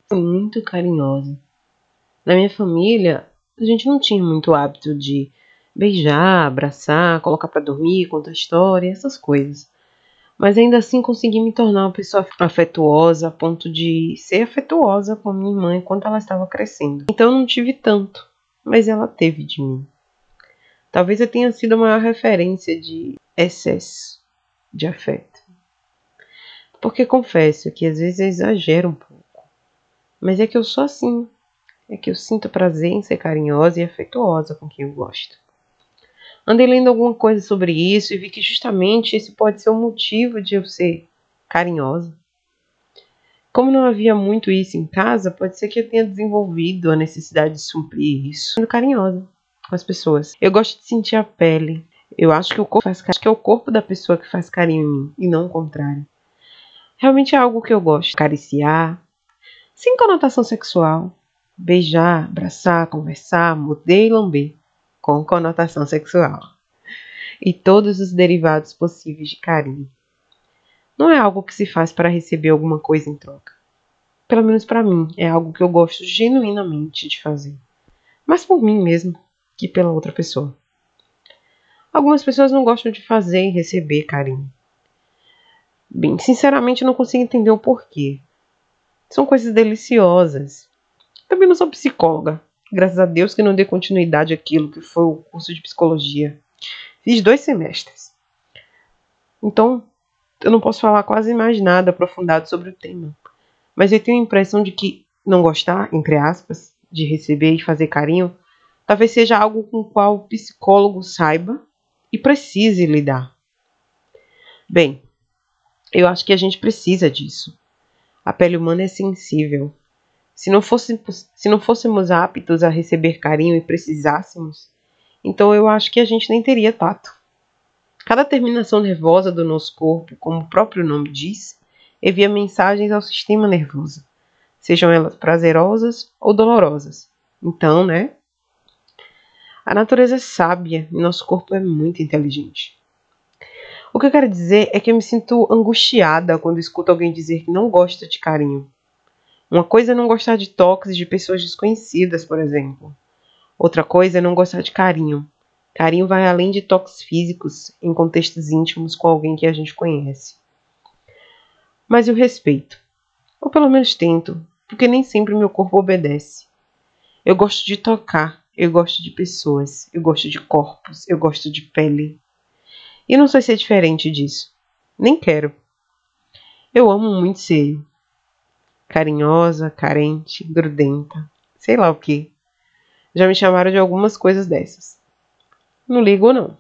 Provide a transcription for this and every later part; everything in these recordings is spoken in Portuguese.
muito carinhosa. Na minha família, a gente não tinha muito hábito de beijar, abraçar, colocar pra dormir, contar história, essas coisas. Mas ainda assim consegui me tornar uma pessoa afetuosa a ponto de ser afetuosa com a minha irmã enquanto ela estava crescendo. Então eu não tive tanto, mas ela teve de mim. Talvez eu tenha sido a maior referência de excesso de afeto. Porque confesso que às vezes eu exagero um pouco. Mas é que eu sou assim. É que eu sinto prazer em ser carinhosa e afetuosa com quem eu gosto. Andei lendo alguma coisa sobre isso e vi que justamente esse pode ser o motivo de eu ser carinhosa. Como não havia muito isso em casa, pode ser que eu tenha desenvolvido a necessidade de suprir isso sendo carinhosa com as pessoas. Eu gosto de sentir a pele. Eu acho que é o corpo da pessoa que faz carinho em mim e não o contrário. Realmente é algo que eu gosto. Acariciar, sem conotação sexual. Beijar, abraçar, conversar, morder e lamber, com conotação sexual. E todos os derivados possíveis de carinho. Não é algo que se faz para receber alguma coisa em troca. Pelo menos para mim, é algo que eu gosto genuinamente de fazer. Mais por mim mesmo que pela outra pessoa. Algumas pessoas não gostam de fazer e receber carinho. Bem, sinceramente eu não consigo entender o porquê. São coisas deliciosas. Também não sou psicóloga. Graças a Deus que não dei continuidade àquilo que foi o curso de psicologia. Fiz 2 semestres. Então, eu não posso falar quase mais nada aprofundado sobre o tema. Mas eu tenho a impressão de que não gostar, entre aspas, de receber e fazer carinho, talvez seja algo com o qual o psicólogo saiba e precise lidar. Bem, eu acho que a gente precisa disso. A pele humana é sensível. Se não fôssemos aptos a receber carinho e precisássemos, então eu acho que a gente nem teria tato. Cada terminação nervosa do nosso corpo, como o próprio nome diz, envia mensagens ao sistema nervoso, sejam elas prazerosas ou dolorosas. Então, né? A natureza é sábia e nosso corpo é muito inteligente. O que eu quero dizer é que eu me sinto angustiada quando escuto alguém dizer que não gosta de carinho. Uma coisa é não gostar de toques de pessoas desconhecidas, por exemplo. Outra coisa é não gostar de carinho. Carinho vai além de toques físicos em contextos íntimos com alguém que a gente conhece. Mas eu respeito. Ou pelo menos tento, porque nem sempre meu corpo obedece. Eu gosto de tocar, eu gosto de pessoas, eu gosto de corpos, eu gosto de pele. E não sei ser diferente disso. Nem quero. Eu amo muito ser carinhosa, carente, grudenta, sei lá o que. Já me chamaram de algumas coisas dessas. Não ligo não.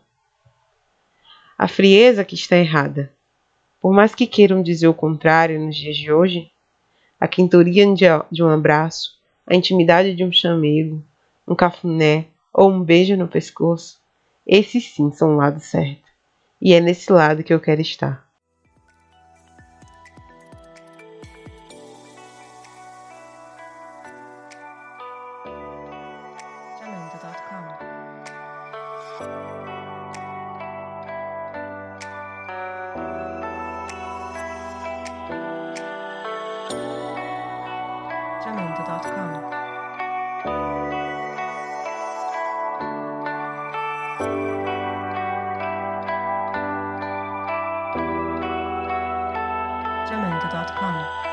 A frieza que está errada. Por mais que queiram dizer o contrário nos dias de hoje, a quenturia de um abraço, a intimidade de um chamego, um cafuné ou um beijo no pescoço, esses sim são o lado certo. E é nesse lado que eu quero estar. Jamendo.com. Jamendo.com.